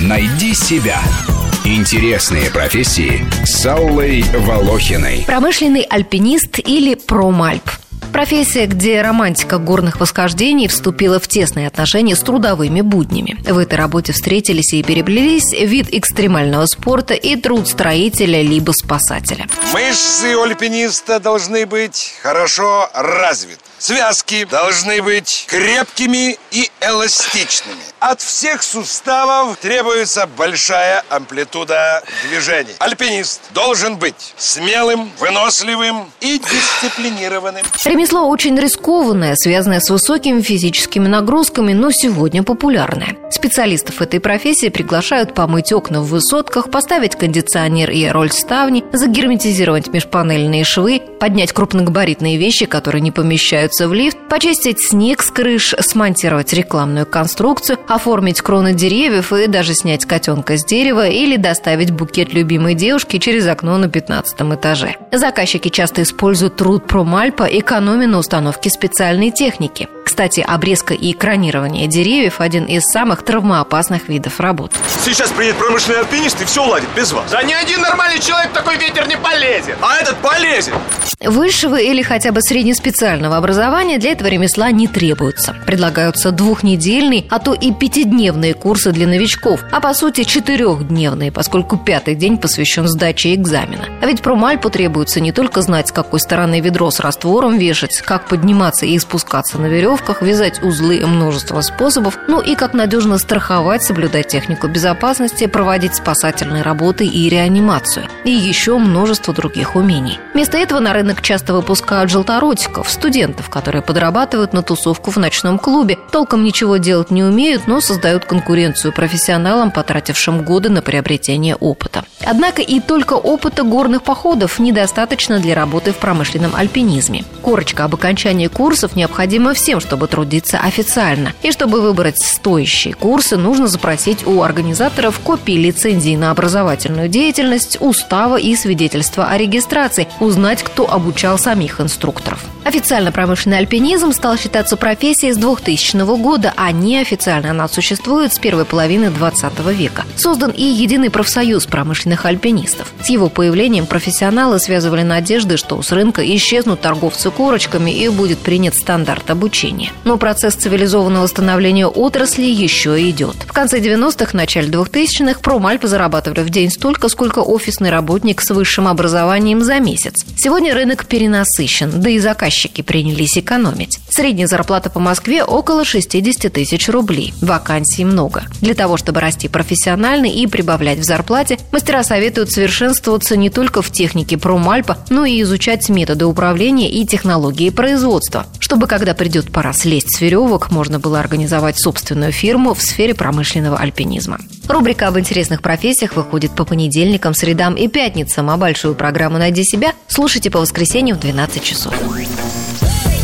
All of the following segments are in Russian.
Найди себя. Интересные профессии с Аллой Волохиной. Промышленный альпинист или промальп. Профессия, где романтика горных восхождений вступила в тесные отношения с трудовыми буднями. В этой работе встретились и переплелись вид экстремального спорта и труд строителя либо спасателя. Мышцы у альпиниста должны быть хорошо развиты. Связки должны быть крепкими и эластичными. От всех суставов требуется большая амплитуда движений. Альпинист должен быть смелым, выносливым и дисциплинированным. Ремесло очень рискованное, связанное с высокими физическими нагрузками, но сегодня популярное. Специалистов этой профессии приглашают помыть окна в высотках, поставить кондиционер и рольставни, загерметизировать межпанельные швы, поднять крупногабаритные вещи, которые не помещаются в лифт, почистить снег с крыш, смонтировать рекламную конструкцию, оформить кроны деревьев и даже снять котенка с дерева или доставить букет любимой девушки через окно на 15 этаже. Заказчики часто используют труд промальпа, экономя на установке специальной техники. Кстати, обрезка и экранирование деревьев – один из самых травмоопасных видов работ. Сейчас приедет промышленный альпинист и все уладит без вас. Да ни один нормальный человек в такой ветер не полезет. А этот полезет. Высшего или хотя бы среднеспециального образования для этого ремесла не требуется. Предлагаются 2-недельные, а то и 5-дневные курсы для новичков, а по сути 4-дневные, поскольку 5-й день посвящен сдаче экзамена. А ведь промальпу требуется не только знать, с какой стороны ведро с раствором вешать, как подниматься и спускаться на веревках, вязать узлы, множество способов, ну и как надежно страховать, соблюдать технику безопасности, проводить спасательные работы и реанимацию. И еще множество других умений. Вместо этого на рынок часто выпускают желторотиков, студентов, которые подрабатывают на тусовку в ночном клубе, толком ничего делать не умеют, но создают конкуренцию профессионалам, потратившим годы на приобретение опыта. Однако и только опыта горных походов недостаточно для работы в промышленном альпинизме. Корочка об окончании курсов необходима всем, чтобы трудиться официально. И чтобы выбрать стоящие курсы, нужно запросить у организаторов копии лицензии на образовательную деятельность, устава и свидетельства о регистрации, узнать, кто обучал самих инструкторов. Официально промышленный альпинизм стал считаться профессией с 2000 года, а неофициально она существует с первой половины 20 века. Создан и единый профсоюз промышленных альпинистов. С его появлением профессионалы связывали надежды, что с рынка исчезнут торговцы корочками и будет принят стандарт обучения. Но процесс цивилизованного становления отрасли еще идет. В конце 90-х, начале 2000-х промальпы зарабатывали в день столько, сколько офисный работник с высшим образованием за месяц. Сегодня рынок перенасыщен, да и заказчики принялись экономить. Средняя зарплата по Москве около 60 тысяч рублей. Вакансий много. Для того, чтобы расти профессионально и прибавлять в зарплате, мастера советуют совершенствоваться не только в технике промальпа, но и изучать методы управления и технологии производства, чтобы, когда придет пора слезть с веревок, можно было организовать собственную фирму в сфере промышленного альпинизма. Рубрика об интересных профессиях выходит по понедельникам, средам и пятницам, а большую программу «Найди себя» слушайте по воскресеньям в 12 часов.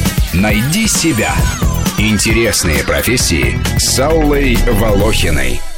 Найди себя. Интересные профессии с Аллой Волохиной.